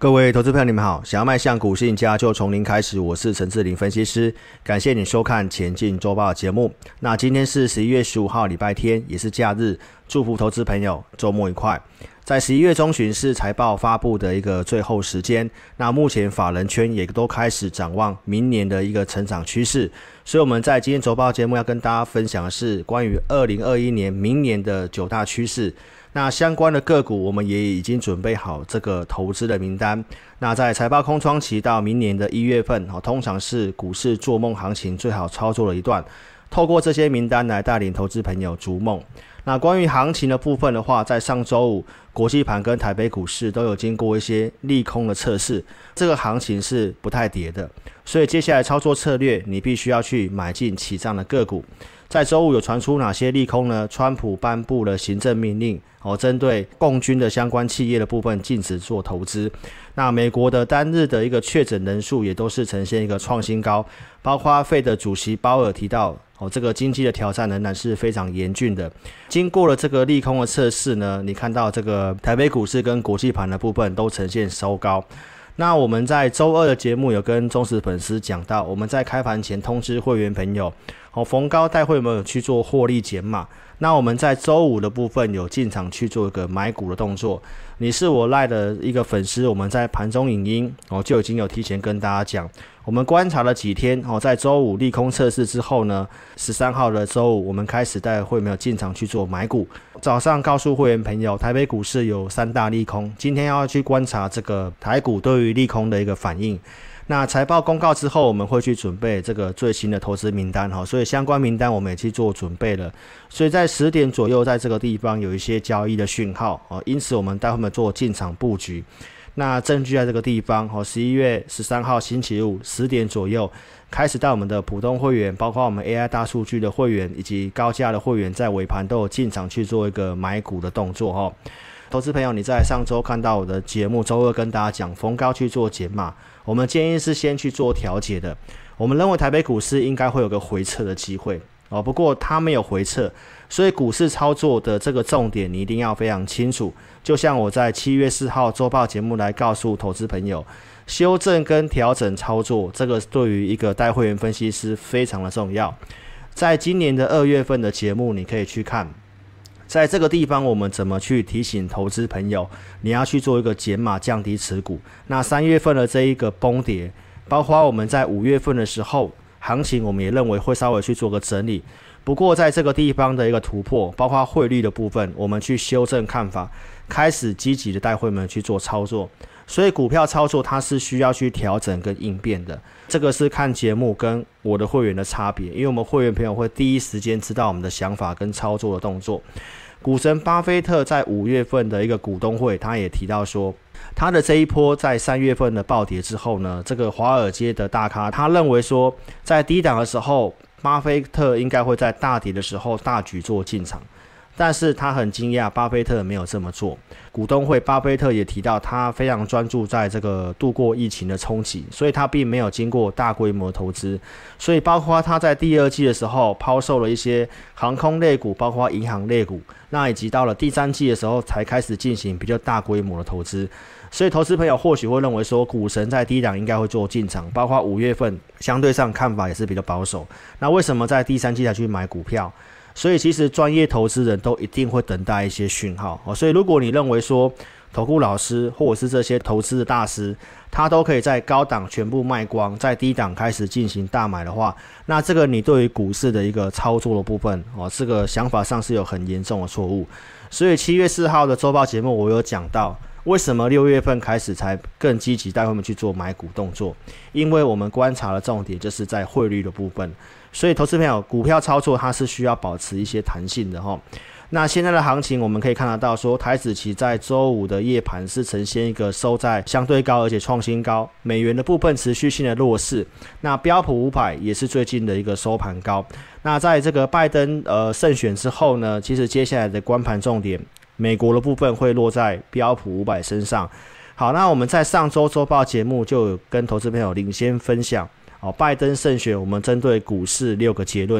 各位投资朋友你们好，想要迈向股市赢家就从零开始，我是陈志霖分析师，感谢你收看前进周报的节目。那今天是11月15号礼拜天，也是假日，祝福投资朋友周末愉快。在11月中旬是财报发布的一个最后时间，那目前法人圈也都开始展望明年的一个成长趋势，所以我们在今天周报节目要跟大家分享的是关于2021年明年的9大趋势。那相关的个股我们也已经准备好这个投资的名单。那在财报空窗期到明年的1月份，通常是股市做梦行情最好操作的一段，透过这些名单来带领投资朋友逐梦。那关于行情的部分的话，在上周五国际盘跟台北股市都有经过一些利空的测试，这个行情是不太跌的，所以接下来操作策略你必须要去买进起涨的个股。在周五有传出哪些利空呢？川普颁布了行政命令，针对共军的相关企业的部分禁止做投资。那美国的单日的一个确诊人数也都是呈现一个创新高，包括费的主席鲍尔提到，这个经济的挑战仍然是非常严峻的。经过了这个利空的测试呢，你看到这个台北股市跟国际盘的部分都呈现收高。那我们在周二的节目有跟忠实粉丝讲到，我们在开盘前通知会员朋友，逢高带会员去做获利减码。那我们在周五的部分有进场去做一个买股的动作。你是我赖的一个粉丝，我们在盘中影音就已经有提前跟大家讲，我们观察了几天在周五利空测试之后呢，13号的周五我们开始带会员进场去做买股。早上告诉会员朋友，台北股市有3大利空，今天要去观察这个台股对于利空的一个反应。那财报公告之后，我们会去准备这个最新的投资名单，所以相关名单我们也去做准备了。所以在10点左右，在这个地方有一些交易的讯号，因此我们带他们做进场布局。那证据在这个地方，11月13号星期五10点左右，开始带我们的普通会员，包括我们 AI 大数据的会员以及高价的会员，在尾盘都有进场去做一个买股的动作。投资朋友，你在上周看到我的节目，周二跟大家讲逢高去做减码，我们建议是先去做调节的。我们认为台北股市应该会有个回撤的机会，不过它没有回撤，所以股市操作的这个重点你一定要非常清楚。就像我在7月4号周报节目来告诉投资朋友，修正跟调整操作，这个对于一个带会员分析师非常的重要。在今年的2月份的节目你可以去看，在这个地方我们怎么去提醒投资朋友，你要去做一个减码降低持股。那3月份的这一个崩跌，包括我们在5月份的时候行情我们也认为会稍微去做个整理，不过在这个地方的一个突破，包括汇率的部分，我们去修正看法，开始积极的带会员去做操作。所以股票操作它是需要去调整跟应变的，这个是看节目跟我的会员的差别，因为我们会员朋友会第一时间知道我们的想法跟操作的动作。股神巴菲特在5月份的一个股东会，他也提到说，他的这一波在3月份的暴跌之后呢，这个华尔街的大咖他认为说，在低档的时候，巴菲特应该会在大跌的时候大举做进场。但是他很惊讶，巴菲特没有这么做。股东会，巴菲特也提到，他非常专注在这个度过疫情的冲击，所以他并没有经过大规模投资。所以包括他在第2季的时候抛售了一些航空类股，包括银行类股，那以及到了第3季的时候才开始进行比较大规模的投资。所以投资朋友或许会认为说，股神在低档应该会做进场，包括5月份相对上看法也是比较保守。那为什么在第3季才去买股票？所以其实专业投资人都一定会等待一些讯号，所以如果你认为说投顾老师或者是这些投资的大师，他都可以在高档全部卖光，在低档开始进行大买的话，那这个你对于股市的一个操作的部分，这个想法上是有很严重的错误。所以7月4号的周报节目我有讲到，为什么6月份开始才更积极带他们去做买股动作，因为我们观察的重点就是在汇率的部分。所以投资朋友，股票操作它是需要保持一些弹性的那现在的行情我们可以看得到说，台指期在周五的夜盘是呈现一个收在相对高而且创新高，美元的部分持续性的弱势，那标普500也是最近的一个收盘高。那在这个拜登胜选之后呢，其实接下来的观盘重点，美国的部分会落在标普500身上。好，那我们在上周周报节目就有跟投资朋友领先分享拜登胜选，我们针对股市6个结论。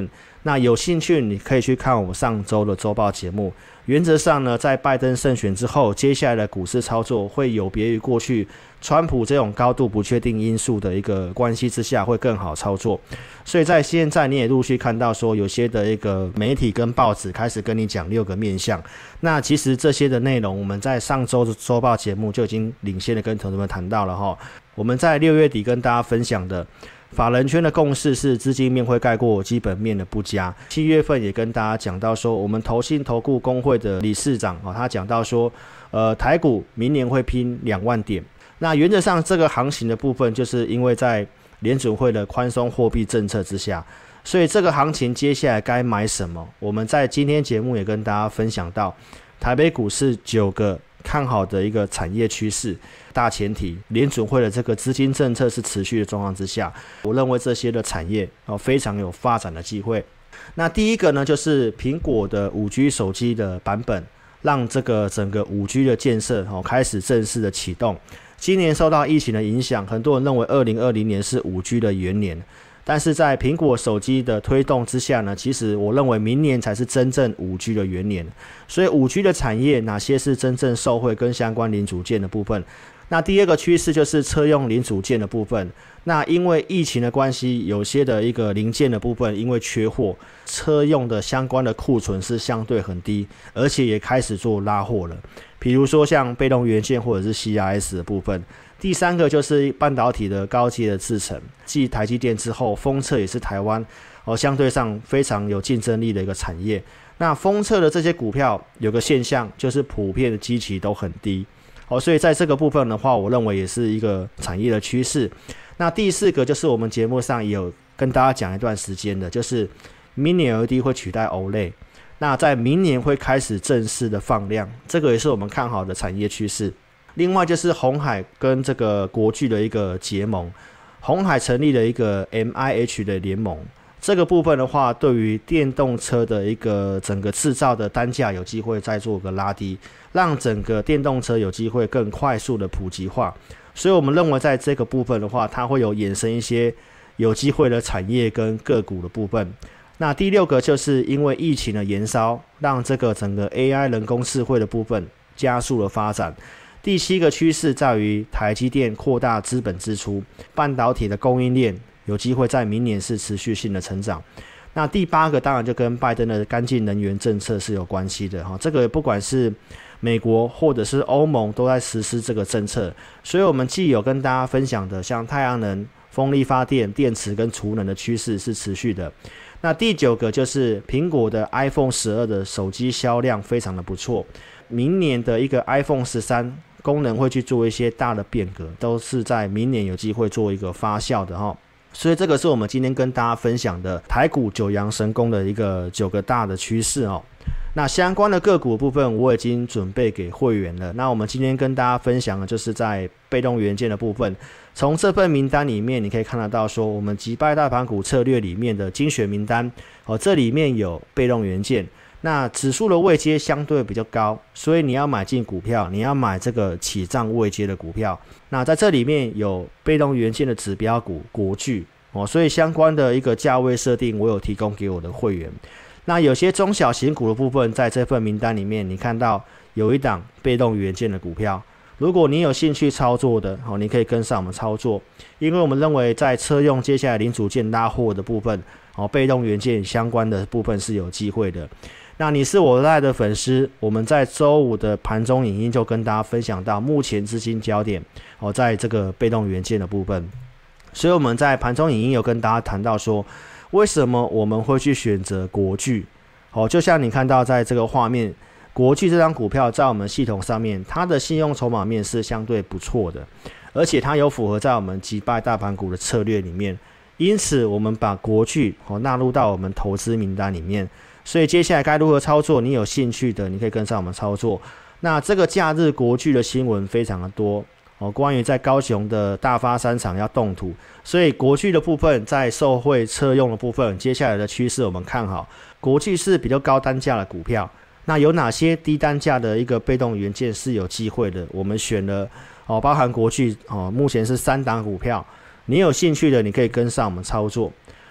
那有兴趣你可以去看我们上周的周报节目。原则上呢，在拜登胜选之后，接下来的股市操作会有别于过去川普这种高度不确定因素的一个关系之下，会更好操作。所以在现在你也陆续看到说，有些的一个媒体跟报纸开始跟你讲6个面向。那其实这些的内容，我们在上周的周报节目就已经领先的跟同学们谈到了哈。我们在6月底跟大家分享的。法人圈的共识是资金面会盖过基本面的不佳。7月份也跟大家讲到说，我们投信投顾公会的理事长他讲到说，台股明年会拼2万点。那原则上这个行情的部分，就是因为在联准会的宽松货币政策之下，所以这个行情接下来该买什么？我们在今天节目也跟大家分享到，台北股市9个看好的一个产业趋势，大前提联准会的这个资金政策是持续的状况之下，我认为这些的产业非常有发展的机会。那第一个呢，就是苹果的 5G 手机的版本，让这个整个 5G 的建设开始正式的启动。今年受到疫情的影响，很多人认为2020年是 5G 的元年，但是在苹果手机的推动之下呢，其实我认为明年才是真正 5G 的元年。所以 5G 的产业哪些是真正受惠跟相关零组件的部分？那第二个趋势就是车用零组件的部分。那因为疫情的关系，有些的一个零件的部分因为缺货，车用的相关的库存是相对很低，而且也开始做拉货了。比如说像被动元件或者是 CIS 的部分。第三个就是半导体的高阶的制程，继台积电之后，封测也是台湾相对上非常有竞争力的一个产业。那封测的这些股票有个现象，就是普遍的基期都很低，所以在这个部分的话，我认为也是一个产业的趋势。那第四个就是我们节目上也有跟大家讲一段时间的，就是 Mini LED 会取代 OLED， 那在明年会开始正式的放量，这个也是我们看好的产业趋势。另外就是鸿海跟这个国巨的一个结盟，鸿海成立了一个 MIH 的联盟，这个部分的话，对于电动车的一个整个制造的单价有机会再做个拉低，让整个电动车有机会更快速的普及化。所以我们认为在这个部分的话，它会有衍生一些有机会的产业跟个股的部分。那第六个就是因为疫情的延烧，让这个整个 AI 人工智慧的部分加速了发展。第七个趋势在于台积电扩大资本支出，半导体的供应链有机会在明年是持续性的成长。那第八个当然就跟拜登的干净能源政策是有关系的，这个不管是美国或者是欧盟都在实施这个政策，所以我们既有跟大家分享的像太阳能、风力发电、电池跟储能的趋势是持续的。那第九个就是苹果的 iPhone 12的手机销量非常的不错，明年的一个 iPhone 13功能会去做一些大的变革，都是在明年有机会做一个发酵的所以这个是我们今天跟大家分享的台股九阳神功的一个9个大的趋势那相关的个股的部分我已经准备给会员了。那我们今天跟大家分享的就是在被动元件的部分，从这份名单里面你可以看得到说，我们击败大盘股策略里面的精选名单这里面有被动元件。那指数的位阶相对比较高，所以你要买进股票，你要买这个起涨位阶的股票。那在这里面有被动元件的指标股国巨所以相关的一个价位设定我有提供给我的会员。那有些中小型股的部分，在这份名单里面你看到有一档被动元件的股票，如果你有兴趣操作的你可以跟上我们操作，因为我们认为在车用接下来零组件拉货的部分被动元件相关的部分是有机会的。那你是我赖的粉丝，我们在周五的盘中影音就跟大家分享到目前资金焦点在这个被动元件的部分。所以我们在盘中影音有跟大家谈到说，为什么我们会去选择国巨就像你看到在这个画面，国巨这张股票在我们系统上面，它的信用筹码面是相对不错的，而且它有符合在我们击败大盘股的策略里面，因此我们把国巨纳入到我们投资名单里面。所以接下来该如何操作，你有兴趣的你可以跟上我们操作。那这个假日国巨的新闻非常的多关于在高雄的大发三厂要动土，所以国巨的部分在受惠车用的部分，接下来的趋势我们看好。国巨是比较高单价的股票，那有哪些低单价的一个被动元件是有机会的，我们选了包含国巨目前是3档股票，你有兴趣的你可以跟上我们操作。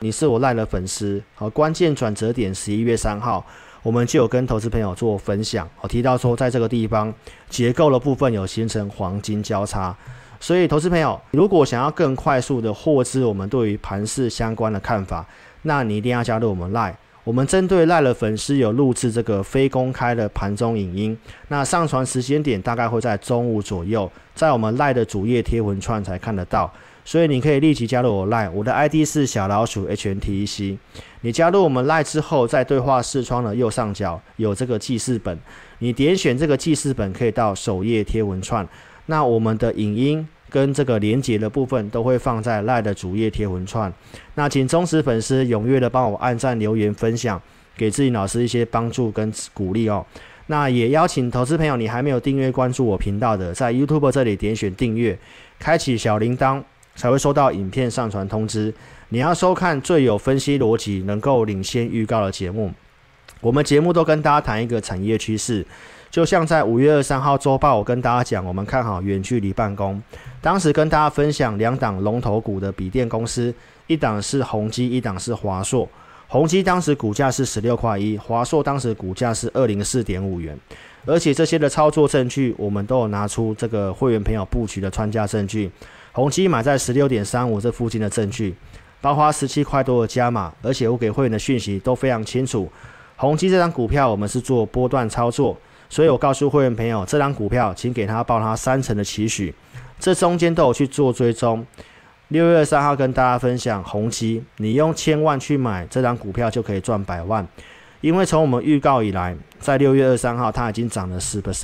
你是我赖的粉丝，关键转折点11月3号，我们就有跟投资朋友做分享，提到说在这个地方结构的部分有形成黄金交叉，所以投资朋友如果想要更快速的获知我们对于盘势相关的看法，那你一定要加入我们赖。我们针对赖的粉丝有录制这个非公开的盘中影音，那上传时间点大概会在中午左右，在我们赖的主页贴文串才看得到，所以你可以立即加入我赖，我的 ID 是小老鼠 HNTEC。你加入我们赖之后，在对话视窗的右上角有这个记事本，你点选这个记事本可以到首页贴文串，那我们的影音跟这个连结的部分都会放在 LINE 的主页贴文串，那请忠实粉丝踊跃的帮我按赞留言分享，给志霖老师一些帮助跟鼓励哦。那也邀请投资朋友，你还没有订阅关注我频道的，在 YouTube 这里点选订阅，开启小铃铛，才会收到影片上传通知。你要收看最有分析逻辑、能够领先预告的节目。我们节目都跟大家谈一个产业趋势，就像在5月23号周报，我跟大家讲，我们看好远距离办公。当时跟大家分享2档龙头股的笔电公司，一档是宏基，一档是华硕。宏基当时股价是16.1块，华硕当时股价是204.5元。而且这些的操作证据，我们都有拿出这个会员朋友布局的穿价证据。宏基买在16.35这附近的证据，包括17块多的加码，而且我给会员的讯息都非常清楚。宏基这张股票我们是做波段操作，所以我告诉会员朋友，这张股票请给他报他3成的期许，这中间都有去做追踪。6月3号跟大家分享宏基，你用1000万去买这张股票就可以赚100万，因为从我们预告以来，在6月23号它已经涨了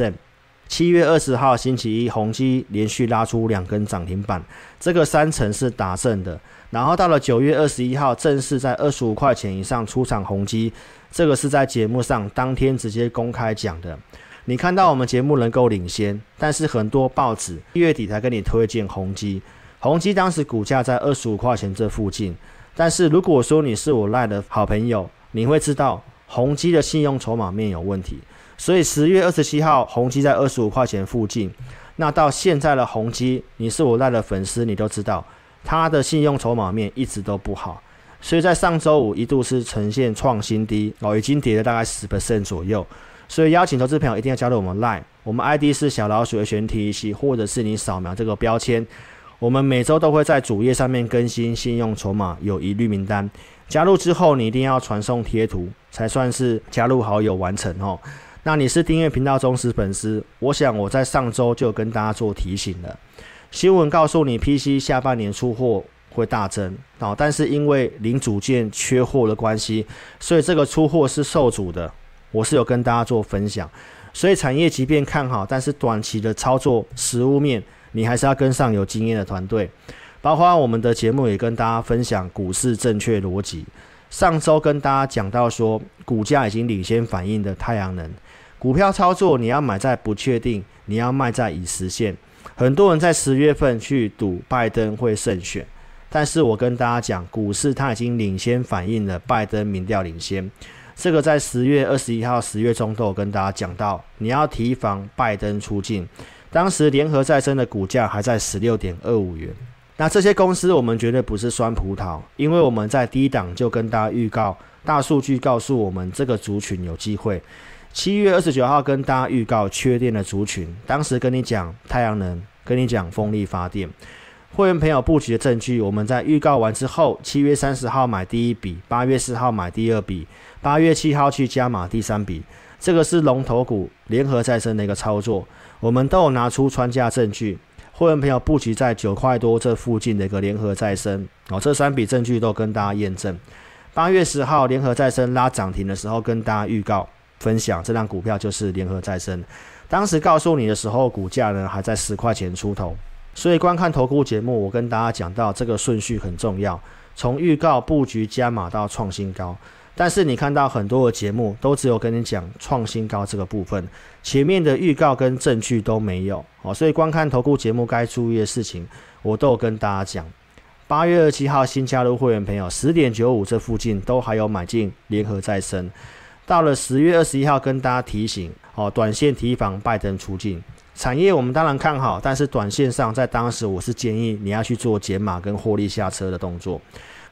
10%。7月20号星期一，宏基连续拉出2根涨停板，这个3成是打正的。然后到了9月21号，正式在25块钱以上出场宏基，这个是在节目上当天直接公开讲的。你看到我们节目能够领先，但是很多报纸1月底才跟你推荐宏基，宏基当时股价在25块钱这附近。但是如果说你是我赖的好朋友，你会知道宏基的信用筹码面有问题。所以10月27号，宏基在25块钱附近。那到现在的宏基，你是我赖的粉丝，你都知道它的信用筹码面一直都不好。所以在上周五一度是呈现创新低，已经跌了大概 10% 左右。所以邀请投资朋友一定要加入我们 LINE， 我们 ID 是小老鼠 HNTEC， 或者是你扫描这个标签，我们每周都会在主页上面更新信用筹码有疑虑名单。加入之后，你一定要传送贴图，才算是加入好友完成哦。那你是订阅频道忠实粉丝，我想我在上周就跟大家做提醒了。新闻告诉你 PC 下半年出货会大增，但是因为零组件缺货的关系，所以这个出货是受阻的。我是有跟大家做分享，所以产业即便看好，但是短期的操作实务面，你还是要跟上有经验的团队。包括我们的节目也跟大家分享股市正确逻辑。上周跟大家讲到说，股价已经领先反应的太阳能股票操作，你要买在不确定，你要卖在已实现。很多人在10月份去赌拜登会胜选，但是我跟大家讲，股市它已经领先反映了拜登民调领先。这个在10月21号10月中都有跟大家讲到，你要提防拜登出境。当时联合再生的股价还在 16.25 元。那这些公司我们绝对不是酸葡萄，因为我们在低档就跟大家预告，大数据告诉我们这个族群有机会。7月29号跟大家预告缺电的族群，当时跟你讲太阳能，跟你讲风力发电。会员朋友布局的证据，我们在预告完之后，7月30号买第一笔，8月4号买第二笔，8月7号去加码第三笔。这个是龙头股联合再生的一个操作，我们都有拿出穿价证据。会员朋友布局在9块多这附近的一个联合再生，这3笔证据都跟大家验证。8月10号联合再生拉涨停的时候，跟大家预告分享这张股票就是联合再生。当时告诉你的时候，股价呢还在10块钱出头。所以观看投顾节目，我跟大家讲到这个顺序很重要，从预告布局加码到创新高。但是你看到很多的节目都只有跟你讲创新高这个部分，前面的预告跟证据都没有，所以观看投顾节目该注意的事情我都有跟大家讲。8月27号新加入会员朋友 10.95 这附近都还有买进联合再生。到了10月21号跟大家提醒，短线提防拜登出境。产业我们当然看好，但是短线上在当时我是建议你要去做减码跟获利下车的动作。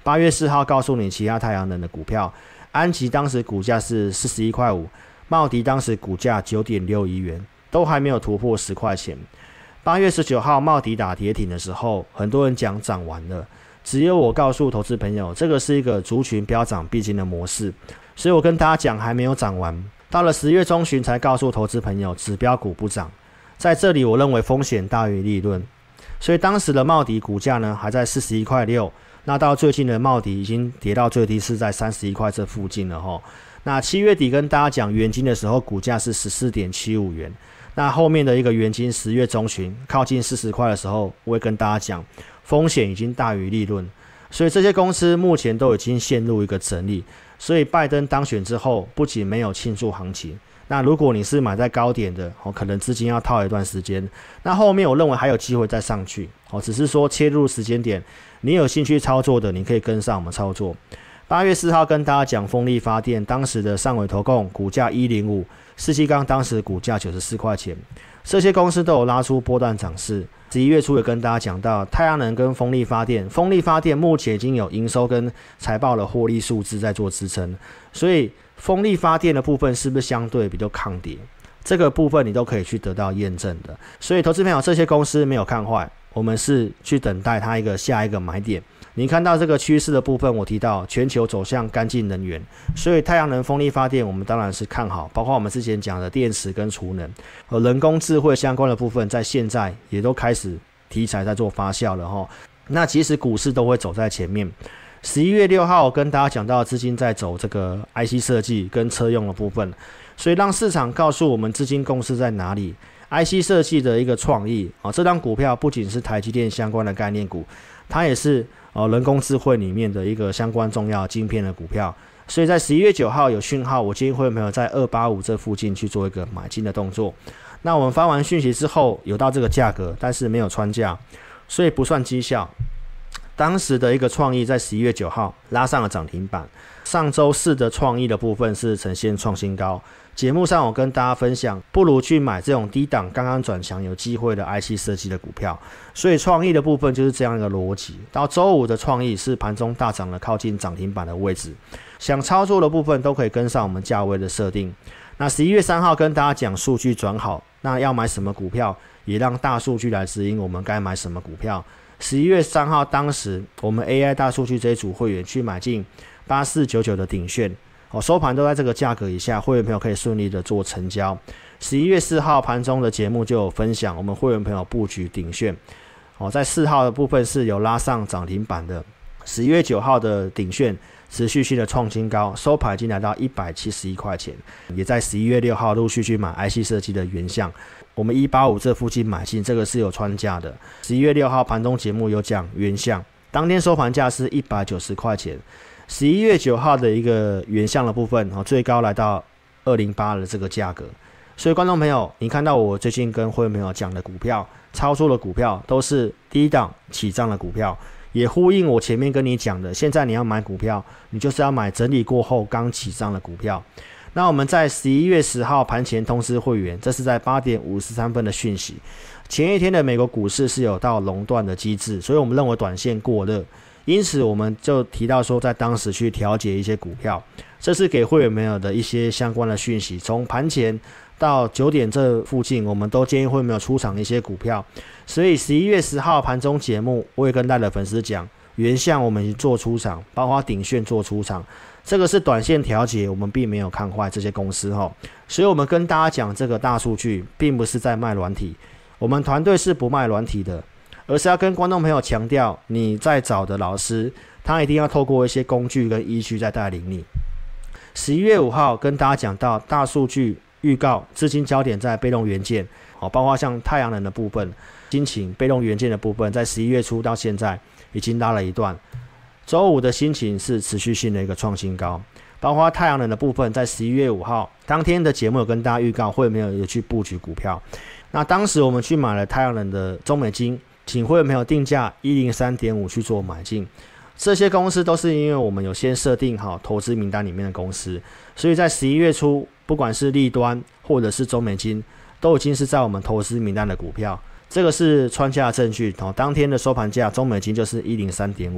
8月4号告诉你其他太阳能的股票，安集当时股价是41.5块，茂迪当时股价 9.61 元，都还没有突破10块钱。8月19号茂迪打跌停的时候，很多人讲涨完了，只有我告诉投资朋友，这个是一个族群飙涨必经的模式，所以我跟大家讲还没有涨完。到了10月中旬才告诉投资朋友，指标股不涨，在这里我认为风险大于利润，所以当时的茂迪股价呢还在41.6块，那到最近的茂迪已经跌到最低是在31块这附近了齁。那7月底跟大家讲元金的时候，股价是 14.75 元。那后面的一个元金10月中旬靠近40块的时候，我会跟大家讲，风险已经大于利润，所以这些公司目前都已经陷入一个整理。所以拜登当选之后，不仅没有庆祝行情，那如果你是买在高点的，可能资金要套一段时间。那后面我认为还有机会再上去，只是说切入时间点，你有兴趣操作的，你可以跟上我们操作。8月4号跟大家讲风力发电，当时的上尾投控股价105，世纪钢当时股价94块钱，这些公司都有拉出波段涨势。11月初也跟大家讲到太阳能跟风力发电，风力发电目前已经有营收跟财报的获利数字在做支撑，所以风力发电的部分是不是相对比较抗跌，这个部分你都可以去得到验证的。所以投资朋友，这些公司没有看坏，我们是去等待它下一个买点。你看到这个趋势的部分，我提到全球走向干净能源，所以太阳能、风力发电我们当然是看好，包括我们之前讲的电池跟储能，人工智慧相关的部分，在现在也都开始题材在做发酵了齁。那其实股市都会走在前面。11月6号我跟大家讲到资金在走这个 IC 设计跟车用的部分，所以让市场告诉我们资金共识在哪里。IC 设计的一个创意这张股票不仅是台积电相关的概念股，它也是人工智慧里面的一个相关重要晶片的股票，所以在11月9号有讯号，我建议会员朋友在285这附近去做一个买进的动作。那我们发完讯息之后有到这个价格，但是没有穿价，所以不算绩效。当时的一个创意在11月9号拉上了涨停板，上周四的创意的部分是呈现创新高。节目上我跟大家分享，不如去买这种低档刚刚转强有机会的 IC 设计的股票，所以创意的部分就是这样一个逻辑。到周五的创意是盘中大涨的靠近涨停板的位置，想操作的部分都可以跟上我们价位的设定。那11月3号跟大家讲数据转好，那要买什么股票，也让大数据来指引我们该买什么股票。11月3号当时我们 AI 大数据这一组会员去买进8499的鼎炫，收盘都在这个价格以下，会员朋友可以顺利的做成交。11月4号盘中的节目就有分享，我们会员朋友布局鼎炫，在4号的部分是有拉上涨停板的。11月9号的鼎炫持续性的创新高，收盘已经来到171块钱，也在11月6号陆续去买 IC 设计的原相，我们185这附近买进，这个是有穿价的。11月6号盘中节目有讲原相，当天收盘价是190块钱。11月9号的一个原相的部分，最高来到208的这个价格。所以观众朋友，你看到我最近跟会员朋友讲的股票，操作的股票都是低档起涨的股票，也呼应我前面跟你讲的，现在你要买股票，你就是要买整理过后刚起涨的股票。那我们在11月10号盘前通知会员，这是在8点53分的讯息。前一天的美国股市是有到熔断的机制，所以我们认为短线过热，因此我们就提到说在当时去调节一些股票，这是给会员朋友的一些相关的讯息。从盘前到9点这附近，我们都建议会员朋友出场一些股票。所以11月10号盘中节目，我也跟带的粉丝讲，原相我们已经做出场，包括鼎炫做出场，这个是短线调节，我们并没有看坏这些公司所以我们跟大家讲这个大数据并不是在卖软体，我们团队是不卖软体的，而是要跟观众朋友强调，你在找的老师他一定要透过一些工具跟依据在带领你。11月5号跟大家讲到大数据预告，资金焦点在被动元件，包括像太阳能的部分，心情被动元件的部分，在11月初到现在已经拉了一段。周五的心情是持续性的一个创新高，包括太阳能的部分，在11月5号当天的节目有跟大家预告，会员朋友有去布局股票。那当时我们去买了太阳能的中美金，请会员朋友定价 103.5 去做买进。这些公司都是因为我们有先设定好投资名单里面的公司，所以在11月初，不管是立端或者是中美金，都已经是在我们投资名单的股票。这个是穿价证据，当天的收盘价中美金就是 103.5。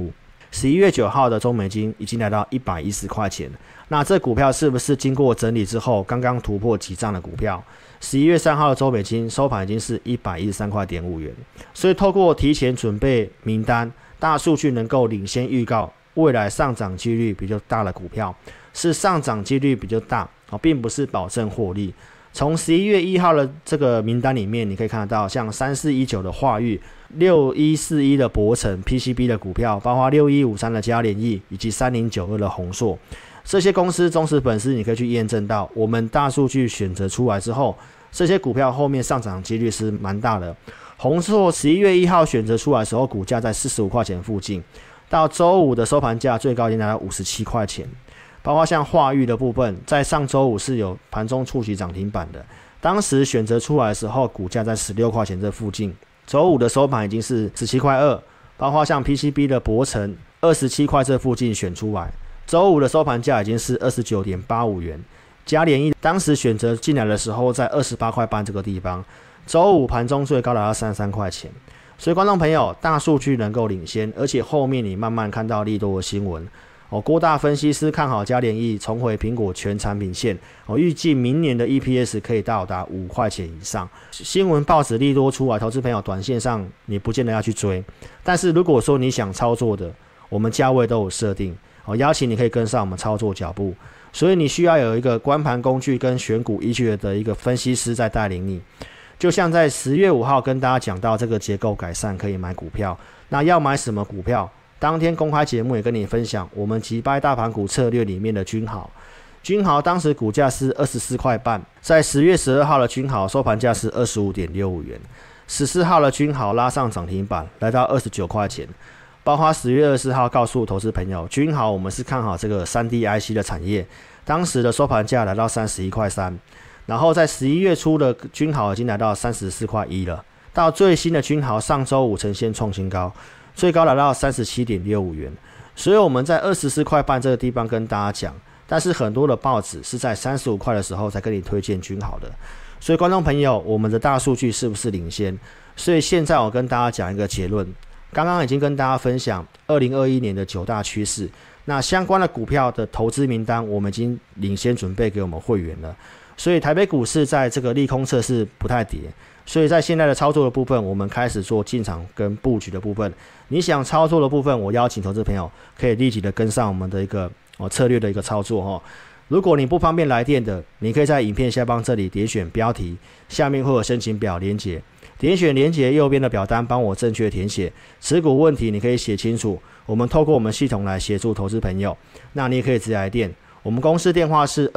11月9号的中美金已经来到110块钱，那这股票是不是经过整理之后刚刚突破起涨的股票？11月3号的周美金收盘已经是113.5块元，所以透过提前准备名单，大数据能够领先预告未来上涨几率比较大的股票，是上涨几率比较大，并不是保证获利。从11月1号的这个名单里面，你可以看得到，像3419的华裕、6141的博成 PCB 的股票，包括6153的嘉联益以及3092的宏硕，这些公司忠实粉丝你可以去验证到，我们大数据选择出来之后，这些股票后面上涨几率是蛮大的。宏硕11月1号选择出来的时候，股价在45块钱附近，到周五的收盘价最高已经来到57块钱。包括像华裕的部分，在上周五是有盘中触及涨停板的，当时选择出来的时候，股价在16块钱这附近，周五的收盘已经是17块2。包括像 PCB 的博成27块这附近选出来，周五的收盘价已经是29.85元。嘉联益当时选择进来的时候在28块半这个地方，周五盘中最高来到33块钱。所以观众朋友，大数据能够领先，而且后面你慢慢看到利多的新闻。郭大分析师看好嘉联益重回苹果全产品线，预计明年的 EPS 可以到达5块钱以上。新闻报纸利多出来，投资朋友短线上你不见得要去追，但是如果说你想操作的，我们价位都有设定，邀请你可以跟上我们操作脚步。所以你需要有一个观盘工具跟选股依据的一个分析师在带领你。就像在10月5号跟大家讲到这个结构改善可以买股票，那要买什么股票？当天公开节目也跟你分享我们击败大盘股策略里面的君豪。君豪当时股价是24块半，在10月12号的君豪收盘价是25.65元，14号的君豪拉上涨停板来到29块钱。包括10月24号告诉投资朋友，君豪我们是看好这个 3D IC 的产业，当时的收盘价来到31块3，然后在11月初的君豪已经来到34块1了，到最新的君豪上周五呈现创新高，最高来到37.65元，所以我们在24块半这个地方跟大家讲，但是很多的报纸是在35块的时候才跟你推荐君豪的，所以观众朋友，我们的大数据是不是领先？所以现在我跟大家讲一个结论，刚刚已经跟大家分享2021年的9大趋势，那相关的股票的投资名单我们已经领先准备给我们会员了，所以台北股市在这个利空测试不太跌，所以在现在的操作的部分，我们开始做进场跟布局的部分。你想操作的部分，我邀请投资朋友可以立即的跟上我们的一个策略的一个操作。如果你不方便来电的，你可以在影片下方这里点选标题，下面会有申请表连结，点选连结右边的表单，帮我正确填写持股问题，你可以写清楚，我们透过我们系统来协助投资朋友。那你也可以直接来电，我们公司电话是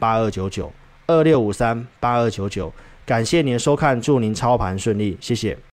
26538299，26538299。感谢您的收看，祝您操盘顺利，谢谢。